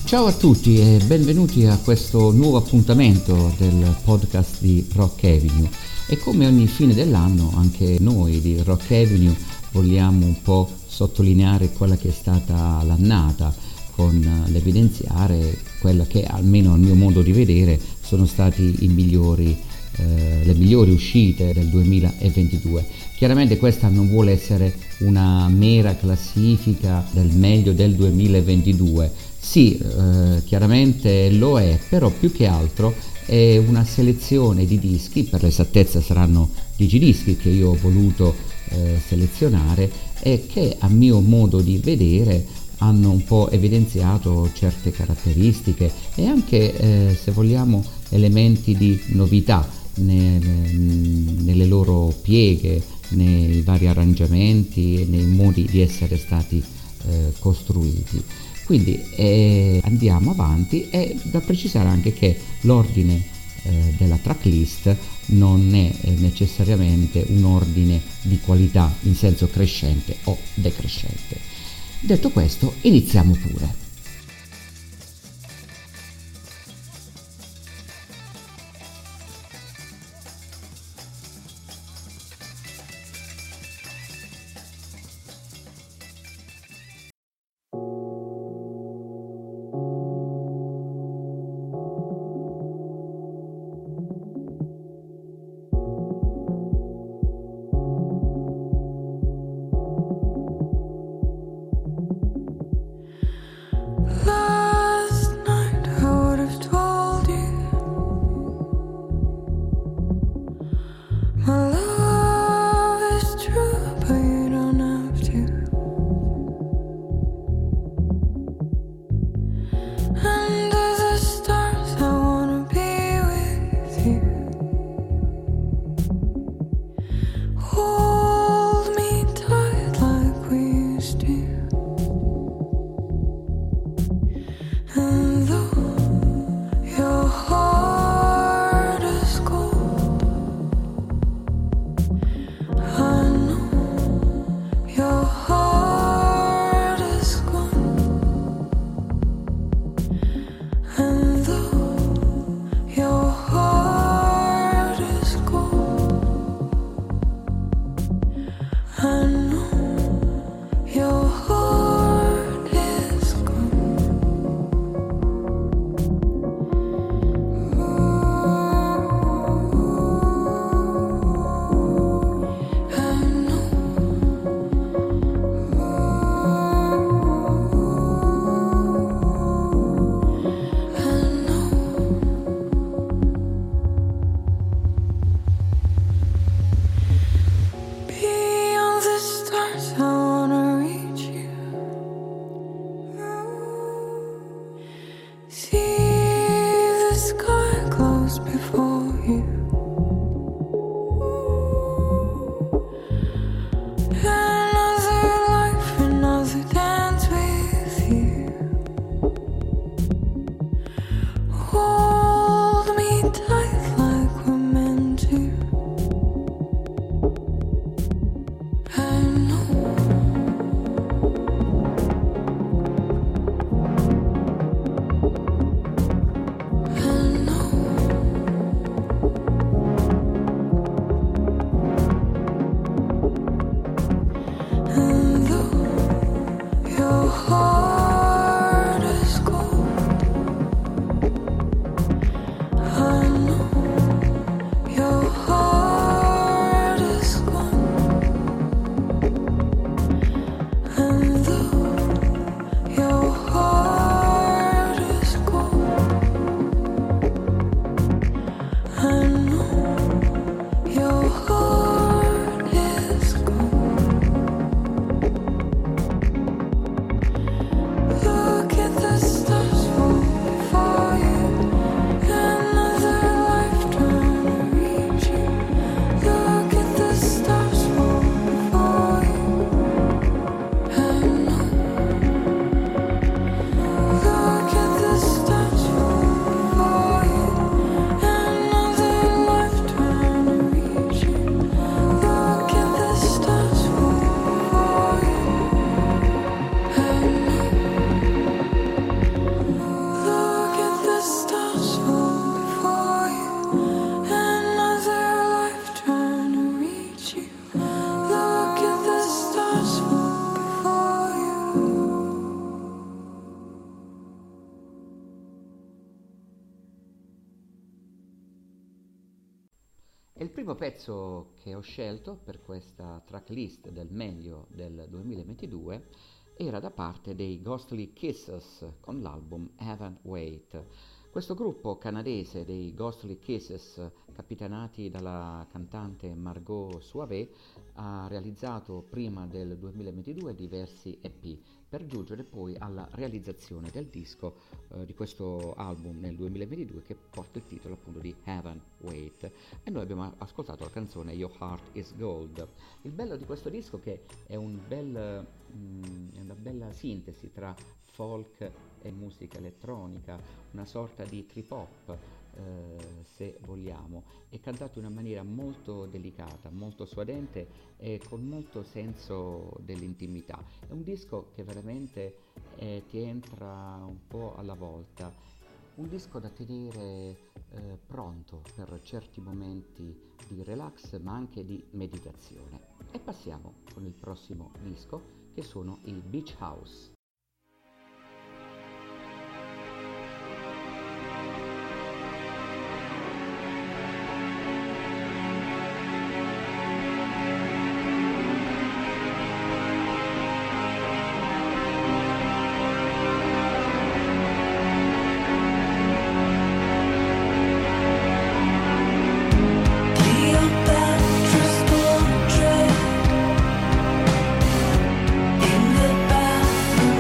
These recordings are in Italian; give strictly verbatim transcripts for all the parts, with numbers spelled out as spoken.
Ciao a tutti e benvenuti a questo nuovo appuntamento del podcast di Rock Avenue. E come ogni fine dell'anno anche noi di Rock Avenue vogliamo un po' sottolineare quella che è stata l'annata, con l'evidenziare quella che, almeno al mio modo di vedere, sono stati i migliori, eh, le migliori uscite del duemilaventidue. Chiaramente questa non vuole essere una mera classifica del meglio del duemilaventidue. Sì, eh, chiaramente lo è, però più che altro è una selezione di dischi, per l'esattezza saranno dieci dischi che io ho voluto eh, selezionare e che a mio modo di vedere hanno un po' evidenziato certe caratteristiche e anche, eh, se vogliamo, elementi di novità nelle, nelle loro pieghe, nei vari arrangiamenti e nei modi di essere stati eh, costruiti. Quindi eh, andiamo avanti, e da precisare anche che l'ordine eh, della tracklist non è eh, necessariamente un ordine di qualità in senso crescente o decrescente. Detto questo, iniziamo pure. primo pezzo che ho scelto per questa tracklist del meglio del duemilaventidue era da parte dei Ghostly Kisses con l'album Haven't Wait. Questo gruppo canadese dei Ghostly Kisses, capitanati dalla cantante Margot Soave, ha realizzato prima del duemilaventidue diversi E P per giungere poi alla realizzazione del disco eh, di questo album nel duemilaventidue che porta il titolo appunto di Haven't Wait, e noi abbiamo ascoltato la canzone Your Heart is Gold. Il bello di questo disco è che è, un bel, mm, è una bella sintesi tra folk e musica elettronica, una sorta di trip hop eh, se vogliamo, è cantato in una maniera molto delicata, molto suadente e con molto senso dell'intimità. È un disco che veramente eh, ti entra un po' alla volta, un disco da tenere eh, pronto per certi momenti di relax ma anche di meditazione. E passiamo con il prossimo disco, che sono i Beach House. Portrait in the bathroom.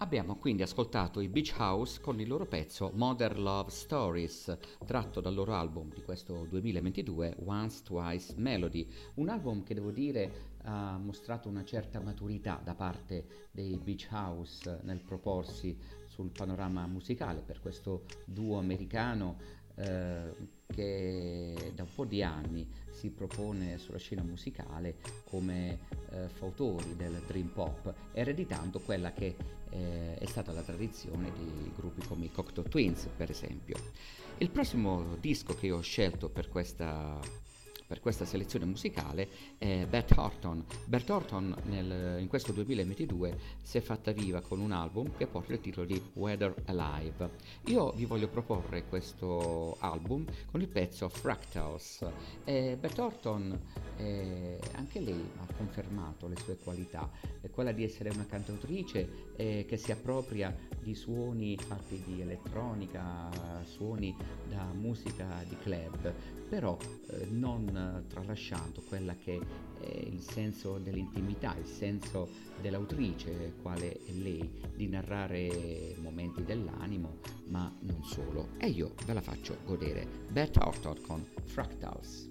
Abbiamo quindi ascoltato i Beach House con il loro pezzo Modern Love Stories, tratto dal loro album di questo duemilaventidue, Once Twice Melody, un album che devo dire ha mostrato una certa maturità da parte dei Beach House nel proporsi sul panorama musicale per questo duo americano eh, che da un po' di anni si propone sulla scena musicale come eh, fautori del dream pop, ereditando quella che eh, è stata la tradizione di gruppi come i Cocteau Twins, per esempio. Il prossimo disco che ho scelto per questa per questa selezione musicale è Beth Orton. Beth Orton nel, in questo duemilaventidue si è fatta viva con un album che porta il titolo di Weather Alive. Io vi voglio proporre questo album con il pezzo Fractals. E Beth Orton eh, anche lei ha confermato le sue qualità, è quella di essere una cantautrice eh, che si appropria di suoni fatti di elettronica, suoni da musica di club, però eh, non tralasciando quella che è il senso dell'intimità, il senso dell'autrice, quale è lei, di narrare momenti dell'animo, ma non solo. E io ve la faccio godere. Beth Orton con Fractals.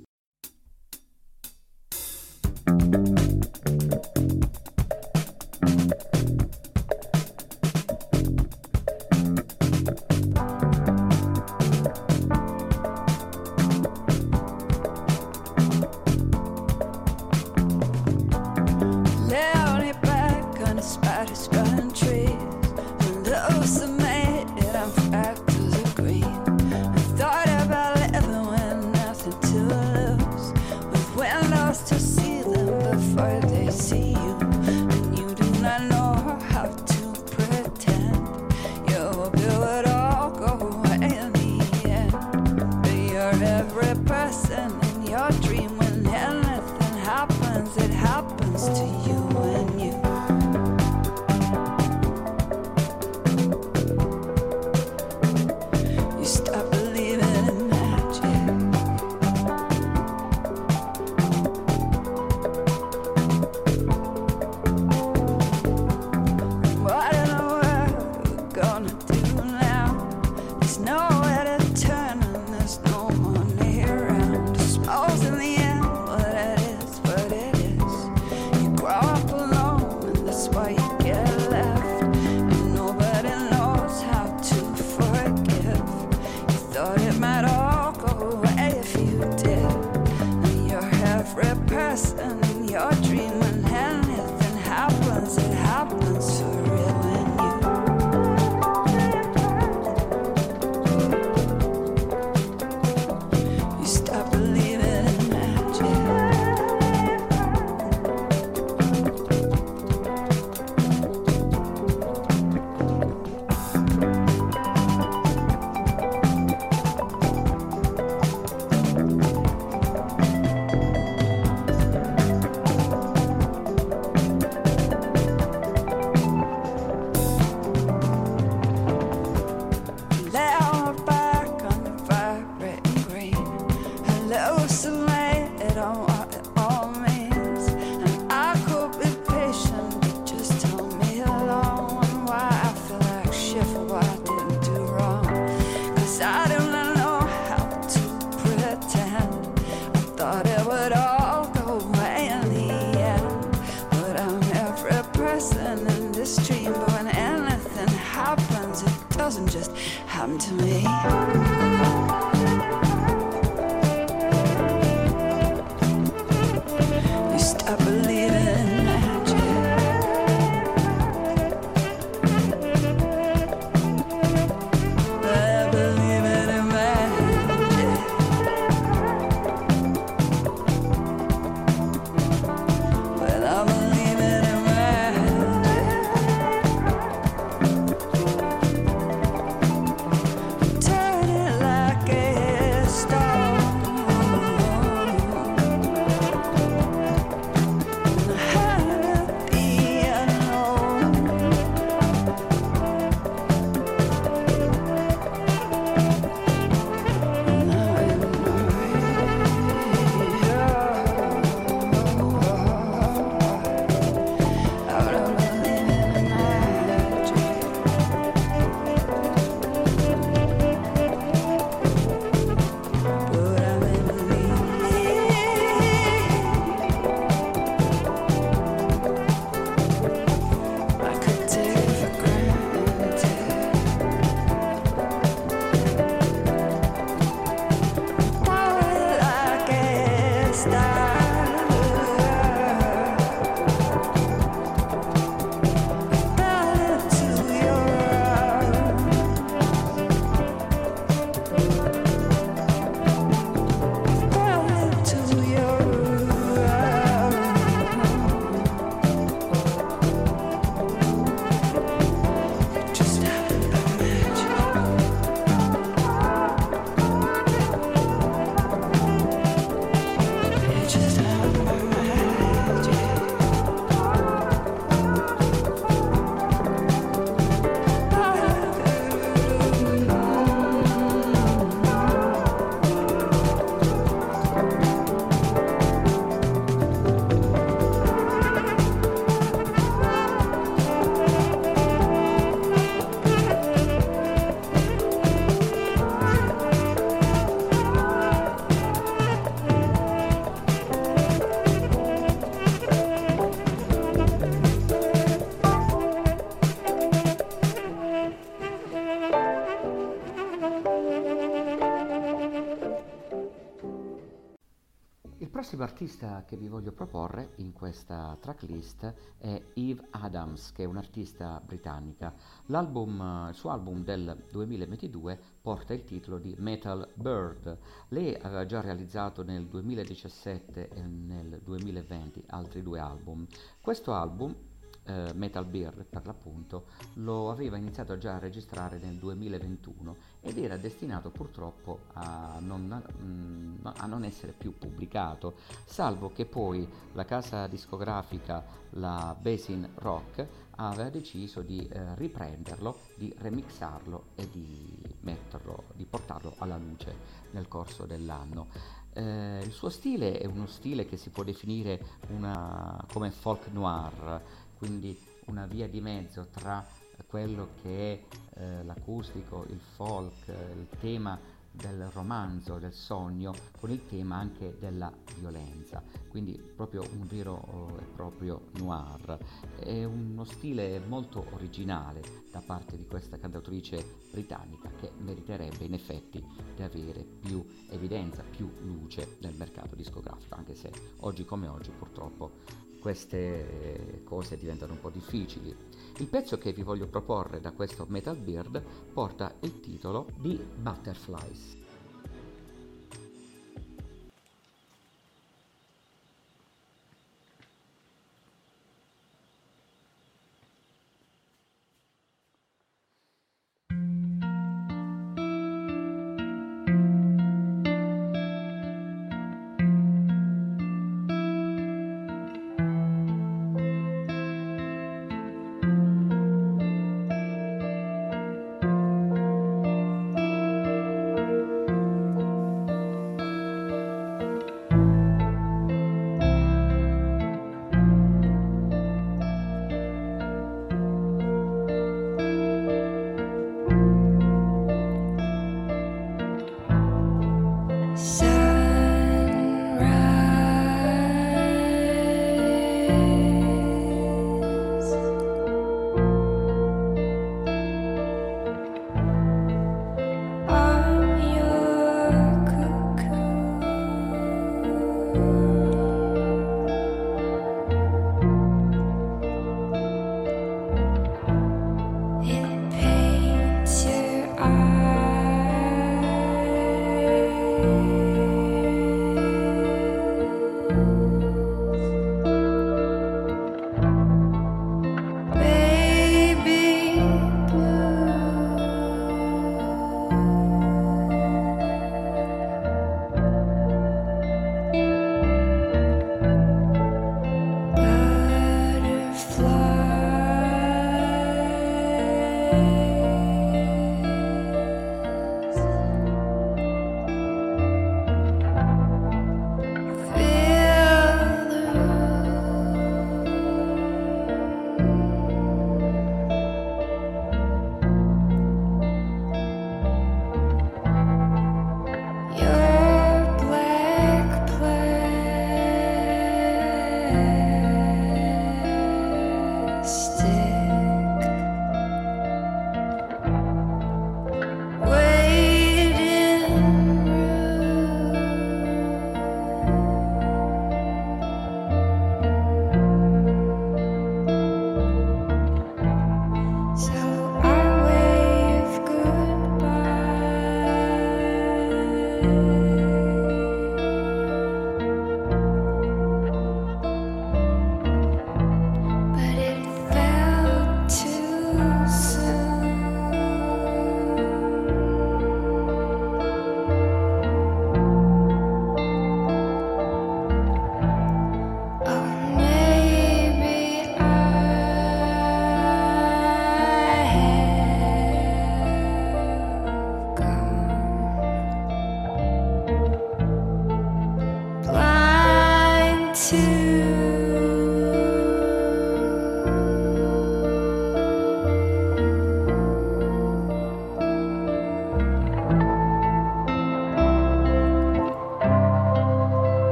l'artista che vi voglio proporre in questa tracklist è Eve Adams, che è un'artista britannica. L'album, il suo album del duemilaventidue porta il titolo di Metal Bird. Lei aveva già realizzato nel duemiladiciassette e nel duemilaventi altri due album. Questo album, Uh, Metal Bird per l'appunto, lo aveva iniziato già a registrare nel duemilaventuno ed era destinato purtroppo a non, mm, a non essere più pubblicato, salvo che poi la casa discografica, la Basin Rock, aveva deciso di eh, riprenderlo, di remixarlo e di metterlo, di portarlo alla luce nel corso dell'anno. Eh, il suo stile è uno stile che si può definire una, come folk noir, quindi una via di mezzo tra quello che è eh, l'acustico, il folk, il tema del romanzo, del sogno, con il tema anche della violenza, quindi proprio un vero e proprio noir. È uno stile molto originale da parte di questa cantautrice britannica, che meriterebbe in effetti di avere più evidenza, più luce nel mercato discografico, anche se oggi come oggi purtroppo queste cose diventano un po' difficili. Il pezzo che vi voglio proporre da questo Metal Bird porta il titolo di Butterflies.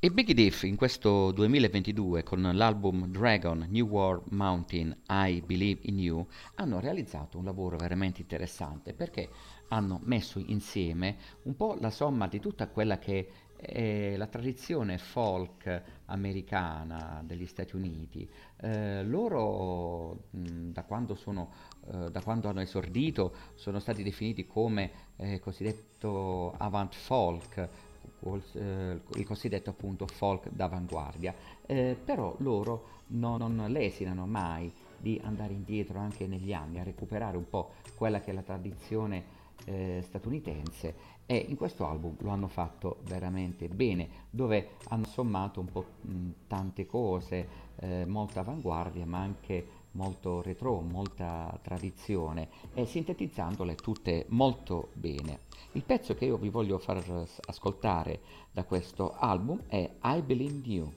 I Big Diff in questo duemilaventidue con l'album Dragon New War Mountain I Believe in You hanno realizzato un lavoro veramente interessante perché hanno messo insieme un po' la somma di tutta quella che è la tradizione folk americana degli Stati Uniti. Eh, loro mh, da quando sono eh, da quando hanno esordito sono stati definiti come eh, cosiddetto avant folk, il cosiddetto appunto folk d'avanguardia, eh, però loro non, non lesinano mai di andare indietro anche negli anni a recuperare un po' quella che è la tradizione eh, statunitense, e in questo album lo hanno fatto veramente bene, dove hanno sommato un po' mh, tante cose, eh, molta avanguardia ma anche molto retro, molta tradizione, e sintetizzandole tutte molto bene. Il pezzo che io vi voglio far ascoltare da questo album è I Believe in You.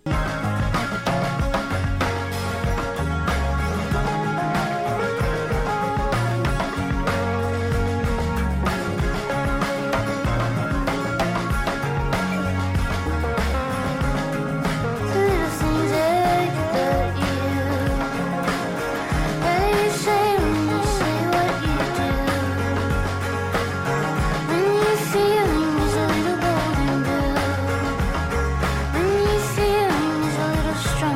Strong.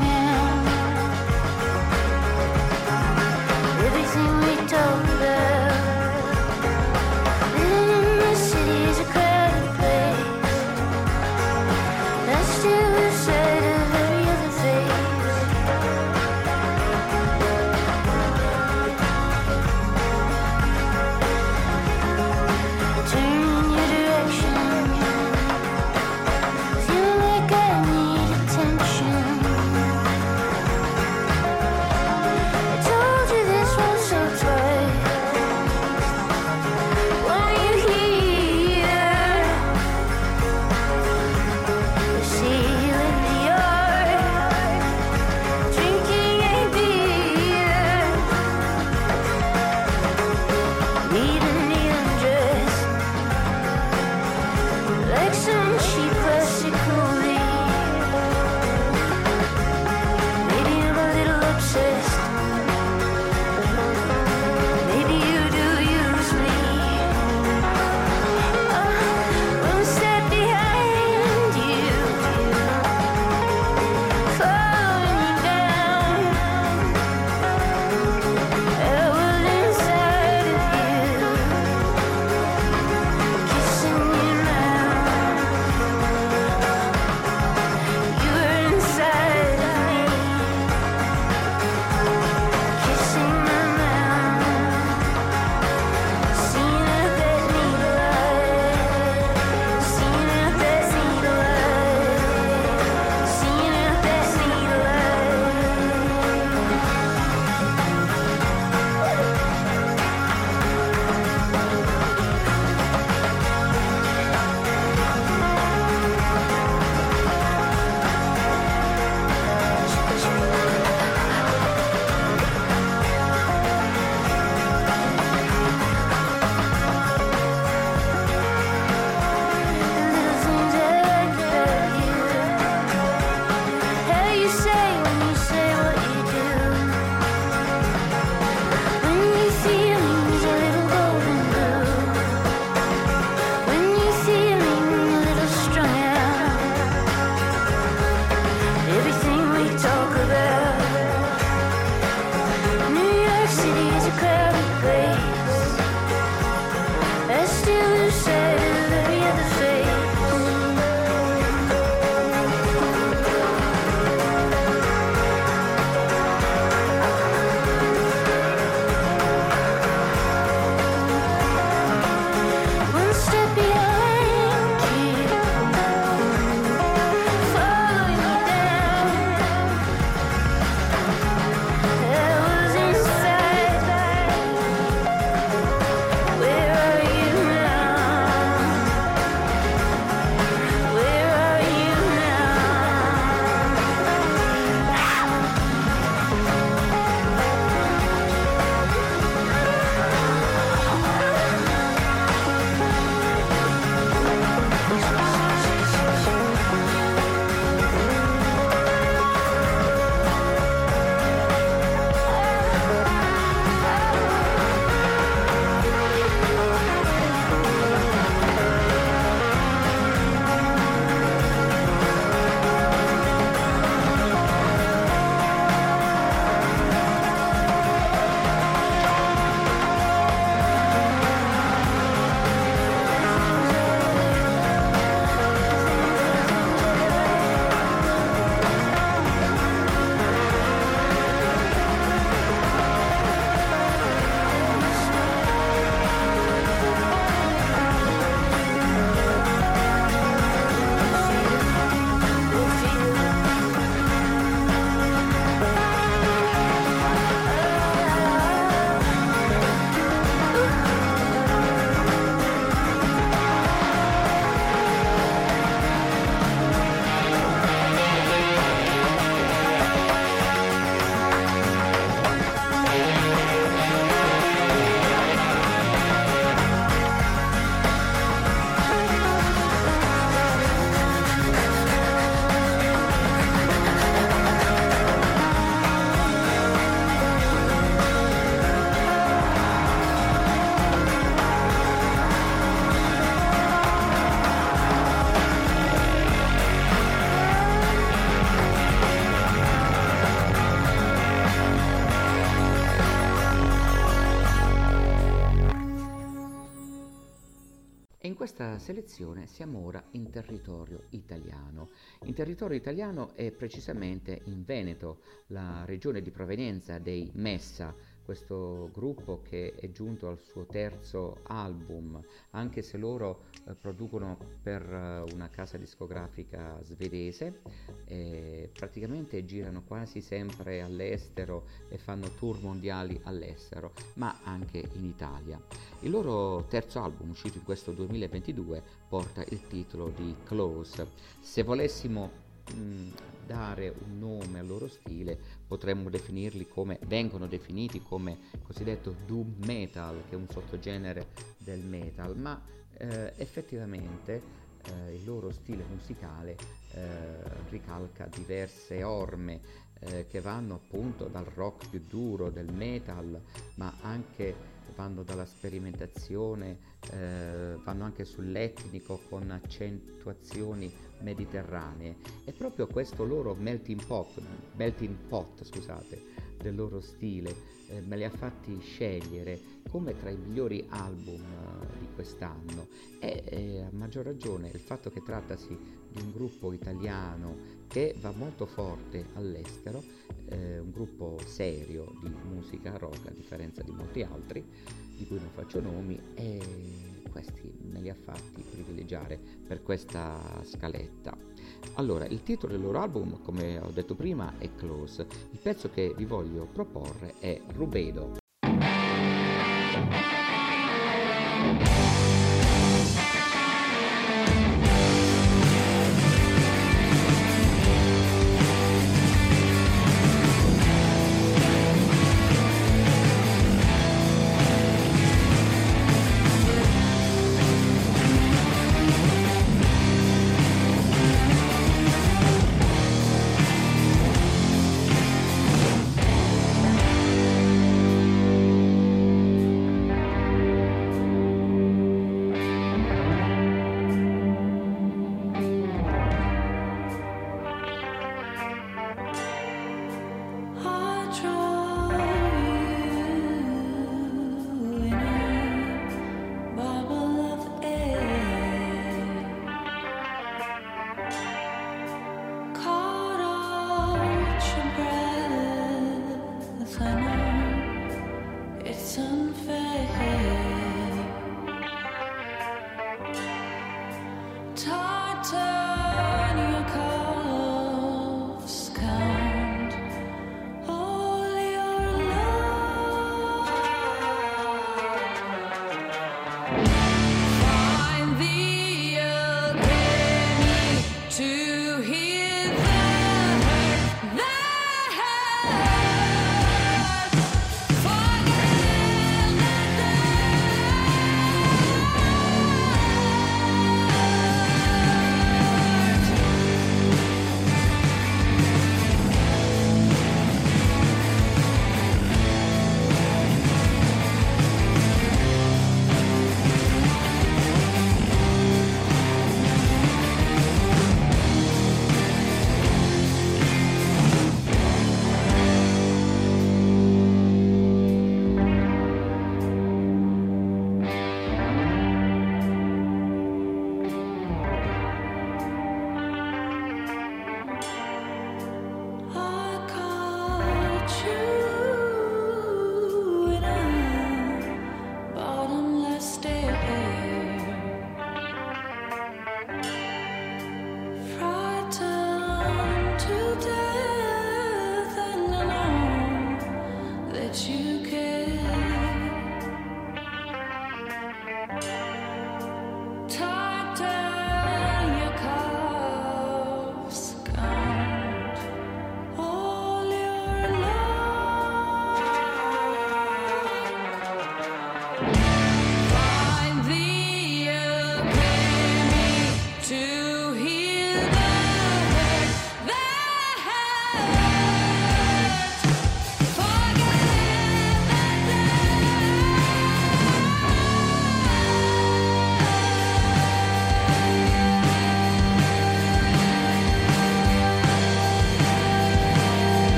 questa selezione siamo ora in territorio italiano. In territorio italiano e precisamente in Veneto, la regione di provenienza dei Messa, questo gruppo che è giunto al suo terzo album, anche se loro eh, producono per eh, una casa discografica svedese, eh, praticamente girano quasi sempre all'estero e fanno tour mondiali all'estero, ma anche in Italia. Il loro terzo album, uscito in questo duemilaventidue, porta il titolo di Close. Se volessimo mh, dare un nome al loro stile, potremmo definirli come, vengono definiti come cosiddetto doom metal, che è un sottogenere del metal, ma eh, effettivamente eh, il loro stile musicale eh, ricalca diverse orme eh, che vanno appunto dal rock più duro, del metal, ma anche vanno dalla sperimentazione, eh, vanno anche sull'etnico con accentuazioni mediterranee. E proprio questo loro melting pot, melting pot scusate, del loro stile eh, me li ha fatti scegliere come tra i migliori album eh, di quest'anno, e eh, a maggior ragione il fatto che trattasi di un gruppo italiano che va molto forte all'estero, eh, un gruppo serio di musica rock a differenza di molti altri di cui non faccio nomi, e questi me li ha fatti privilegiare per questa scaletta. Allora, il titolo del loro album, come ho detto prima, è Close. Il pezzo che vi voglio proporre è Rubedo.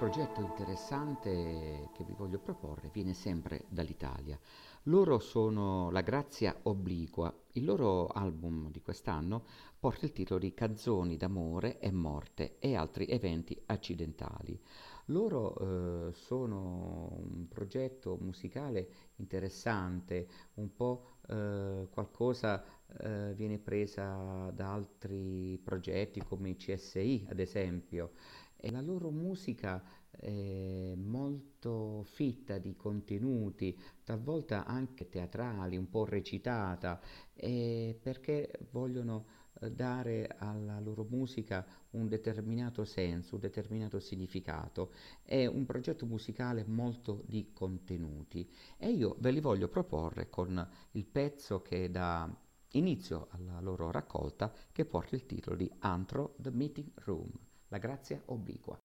progetto interessante che vi voglio proporre viene sempre dall'Italia. Loro sono La Grazia Obliqua. Il loro album di quest'anno porta il titolo di Canzoni d'amore e morte e altri eventi accidentali. Loro eh, sono un progetto musicale interessante, un po' eh, qualcosa eh, viene presa da altri progetti come i C S I ad esempio. E la loro musica è molto fitta di contenuti, talvolta anche teatrali, un po' recitata, eh, perché vogliono eh, dare alla loro musica un determinato senso, un determinato significato. È un progetto musicale molto di contenuti e io ve li voglio proporre con il pezzo che dà inizio alla loro raccolta, che porta il titolo di Antro The Meeting Room. La Grazia Obliqua.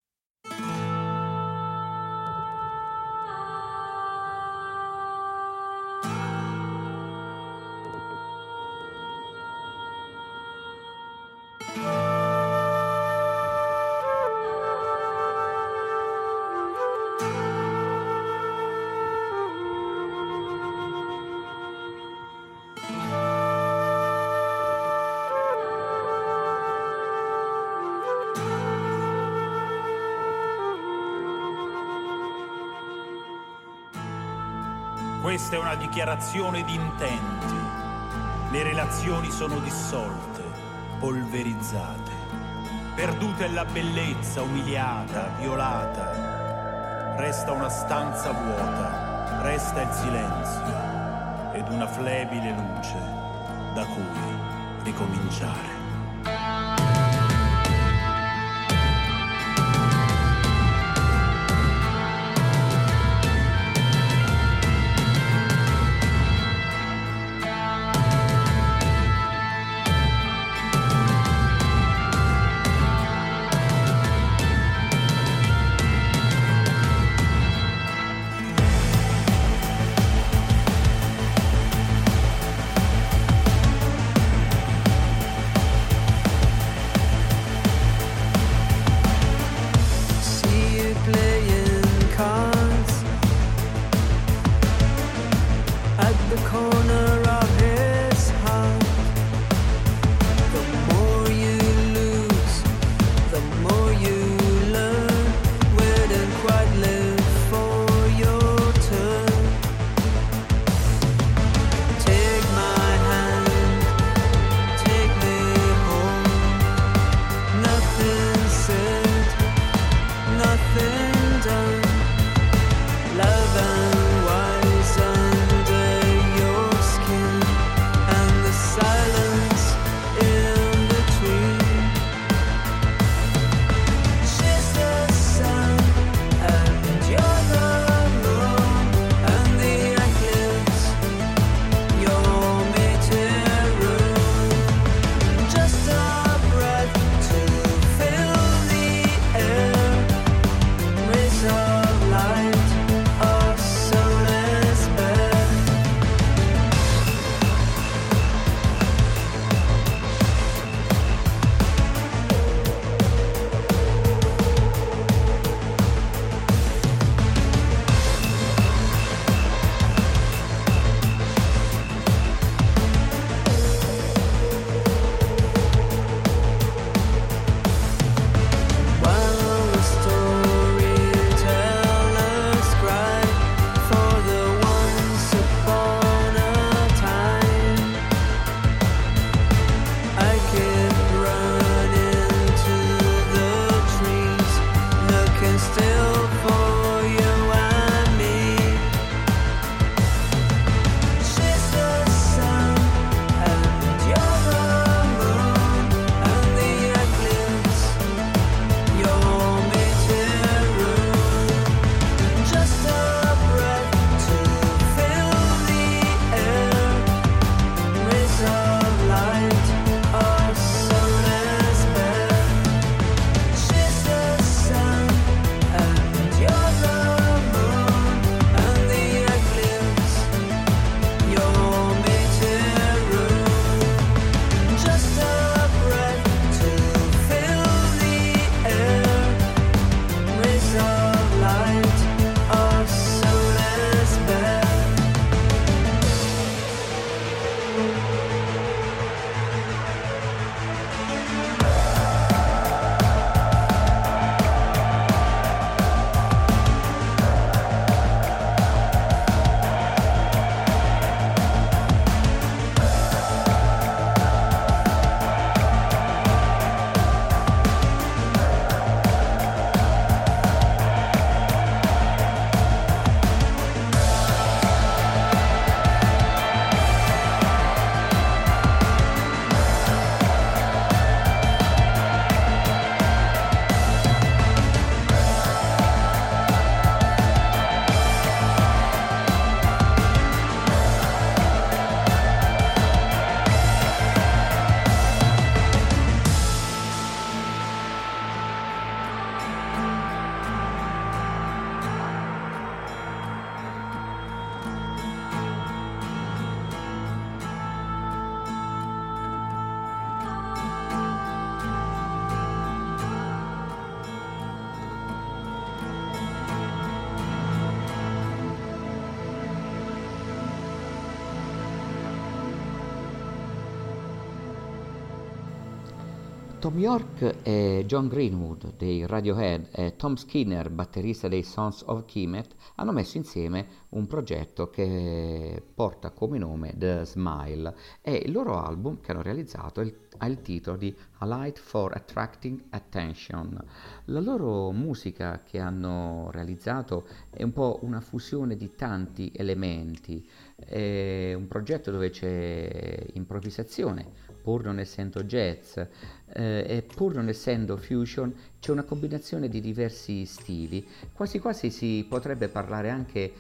Questa è una dichiarazione di intenti. Le relazioni sono dissolte, polverizzate. Perduta è la bellezza, umiliata, violata. Resta una stanza vuota, resta il silenzio ed una flebile luce da cui ricominciare. Thom Yorke e John Greenwood dei Radiohead e Tom Skinner, batterista dei Sons of Kemet, hanno messo insieme un progetto che porta come nome The Smile e il loro album che hanno realizzato il, ha il titolo di A Light for Attracting Attention. La loro musica che hanno realizzato è un po' una fusione di tanti elementi, è un progetto dove c'è improvvisazione, pur non essendo jazz, eh, e pur non essendo fusion, c'è una combinazione di diversi stili, quasi quasi si potrebbe parlare anche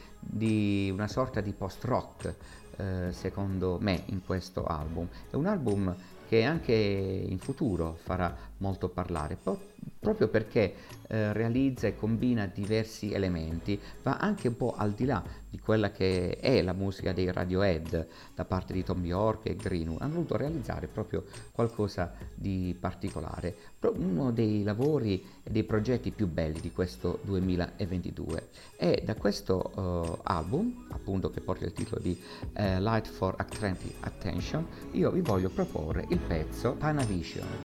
di una sorta di post-rock, eh, secondo me, in questo album. È un album che anche in futuro farà molto parlare, po- proprio perché eh, realizza e combina diversi elementi, va anche un po' al di là di quella che è la musica dei Radiohead da parte di Thom Yorke e Greenwood. Hanno voluto realizzare proprio qualcosa di particolare, uno dei lavori e dei progetti più belli di questo duemilaventidue. E da questo uh, album, appunto, che porta il titolo di uh, Light for Attracting Attention, io vi voglio proporre il pezzo Panavision.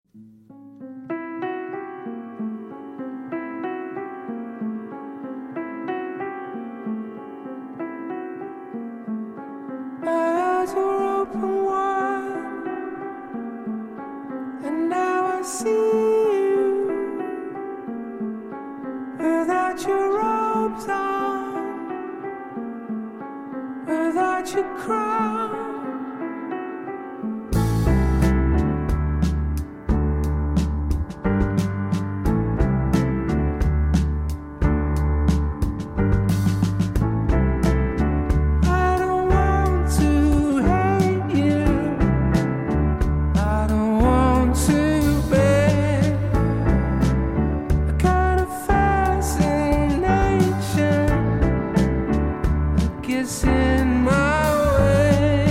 In my way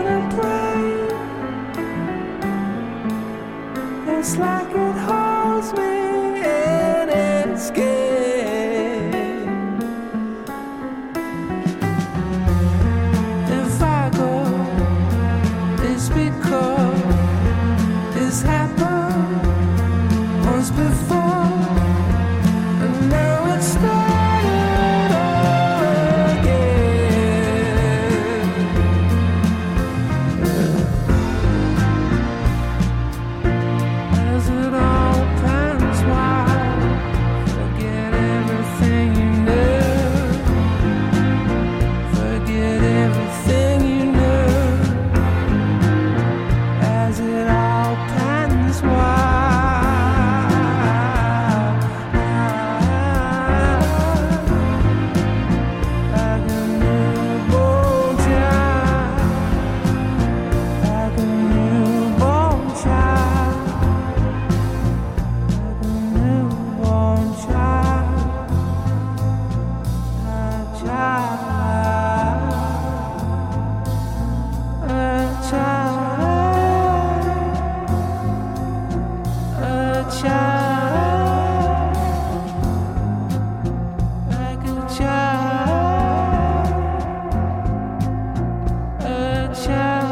my brain. It's like it holds me in its game. If I go, it's because it's happened once before, and now it's started all again. As it all pans wide, forget everything you knew. Forget everything you knew. As it all pans wide, like a newborn child, like a newborn child, like a newborn child, a child, a child, a child, like a child, a child.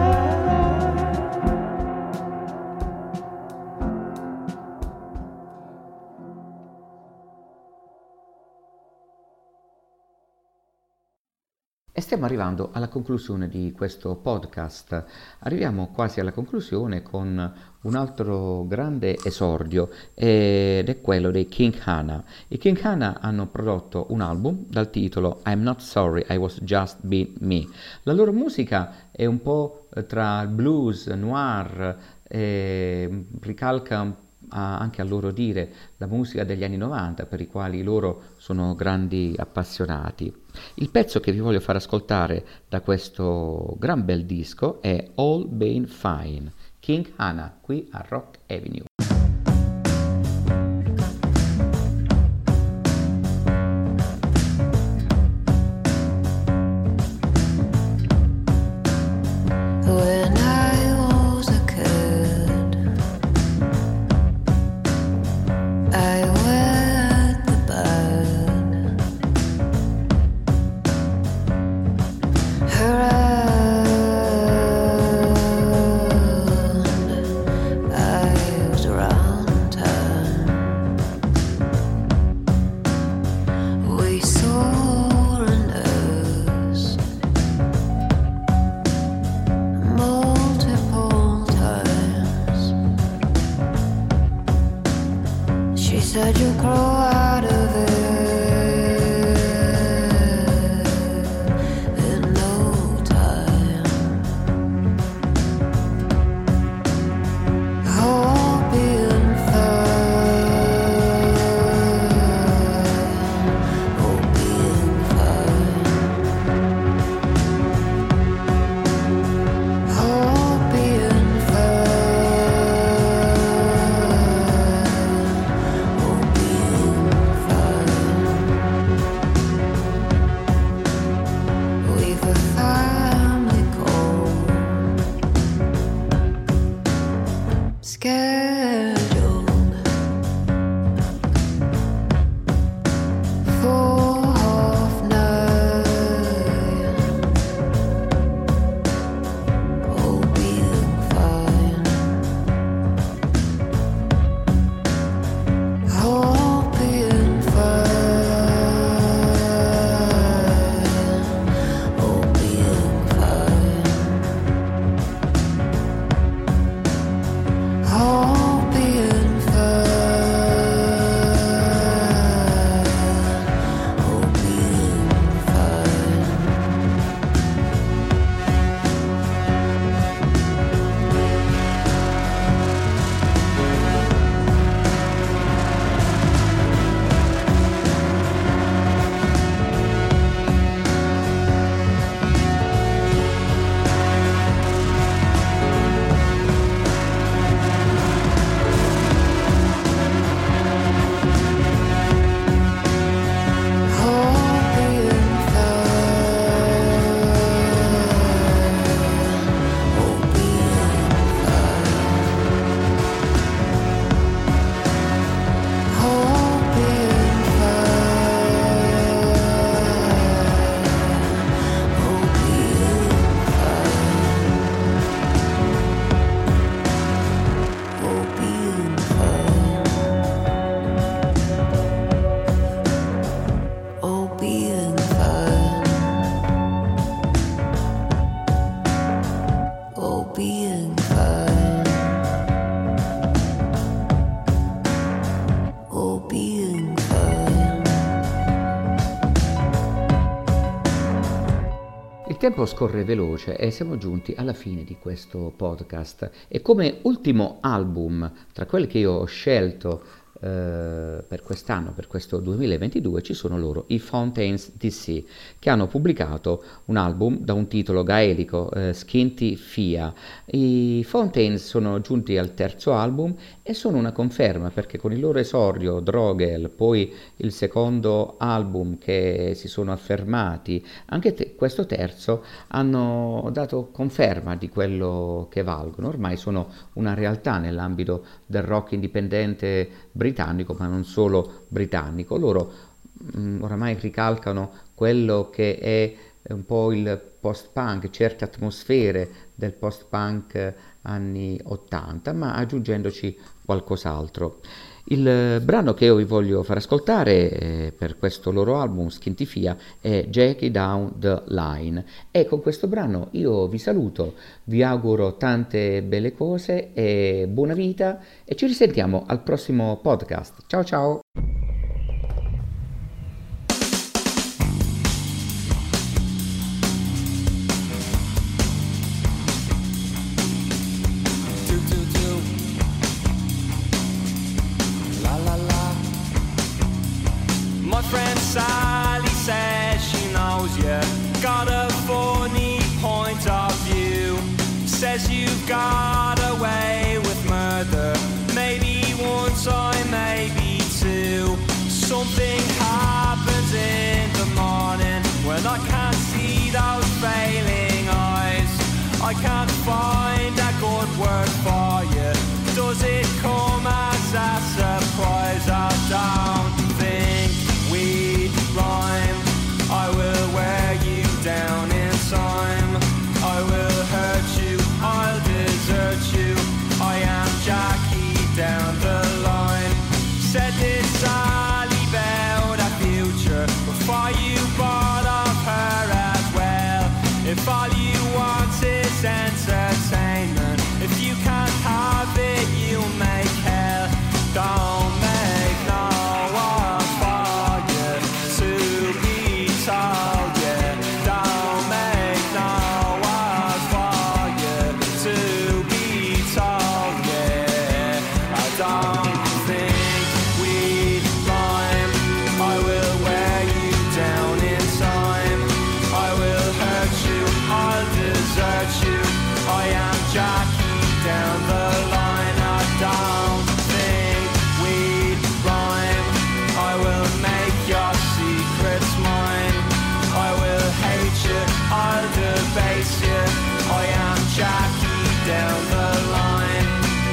E stiamo arrivando alla conclusione di questo podcast. Arriviamo quasi alla conclusione con un altro grande esordio ed è quello dei King Hannah. I King Hannah hanno prodotto un album dal titolo I'm Not Sorry, I Was Just Being Me. La loro musica è un po' tra blues, noir, eh, ricalca a- anche a loro dire la musica degli anni novanta per i quali loro sono grandi appassionati. Il pezzo che vi voglio far ascoltare da questo gran bel disco è All Been Fine, King Hannah, qui a Rock Avenue. When I was a kid, I went the bed. Around, I was around town. We saw a nurse multiple times. She said you'll grow out of it in no time. All being fine, all being fine, all being fine, all being tempo scorre veloce e siamo giunti alla fine di questo podcast e come ultimo album tra quelli che io ho scelto eh, per quest'anno, per questo duemilaventidue, ci sono loro, i Fountains D C, che hanno pubblicato un album da un titolo gaelico, eh, Scinti Fia. I Fountains sono giunti al terzo album e sono una conferma, perché con il loro esordio Drogel, poi il secondo album che si sono affermati, anche te, questo terzo, hanno dato conferma di quello che valgono. Ormai sono una realtà nell'ambito del rock indipendente britannico, ma non solo britannico. Loro mh, oramai ricalcano quello che è un po' il post-punk, certe atmosfere del post-punk anni ottanta, ma aggiungendoci qualcos'altro. Il brano che io vi voglio far ascoltare eh, per questo loro album Scinti Fia è Jackie Down the Line, e con questo brano io vi saluto, vi auguro tante belle cose e buona vita e ci risentiamo al prossimo podcast. Ciao ciao! Sally says she knows you got a funny point of view. Says you've got away with murder, maybe one time, maybe two. Something happens in the morning when I can't see those failing eyes. I can't find a good word for you. Does it come as a surprise? I don't think we'd rhyme. I will wear you down in time. I will hurt you, I'll desert you. I am Jackie down the line. Said this Sally about a future before you bought of her as well. If all you want is entertainment, if you can't have it, you make hell. Don't make no one for you to be told, yeah. Don't make no one for you to be told, yeah. I don't think we'd rhyme. I will wear you down in time. I will hurt you, I'll desert you. I am Jackie down the line. I don't think we'd rhyme. I will make your secrets mine. I will hate you, I'll debase you. I am Jackie down the line.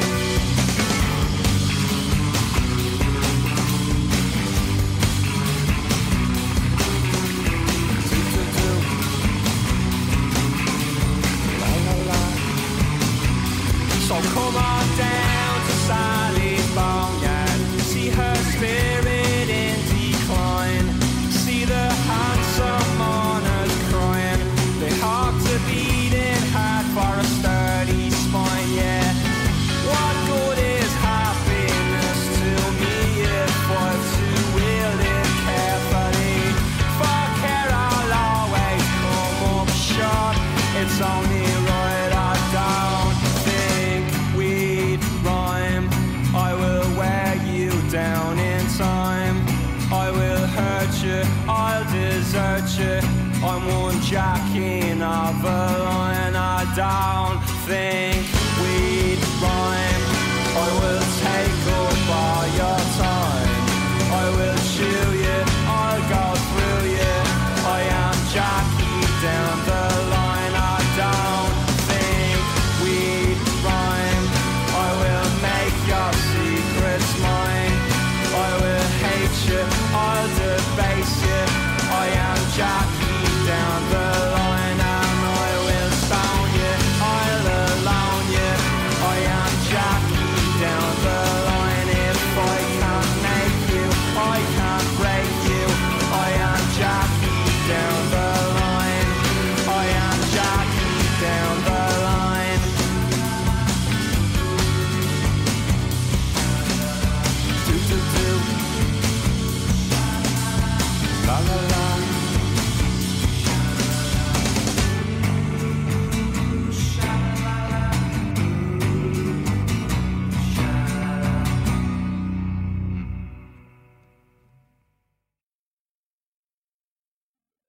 Do, do, do. La, la, la. So come on down to Sally's boneyard. See her spirit in decline. See the handsome mourners crying. They have to beating hard for a sturdy spine, yeah. What good is happiness to me if I'm to wield it carefully? For care I'll always come up short. It's only right I don't think we'd rhyme. I will wear you down in time. I will hurt you, I'll desert you. I'm one Jackie of a line. I don't think we'd rhyme. I will take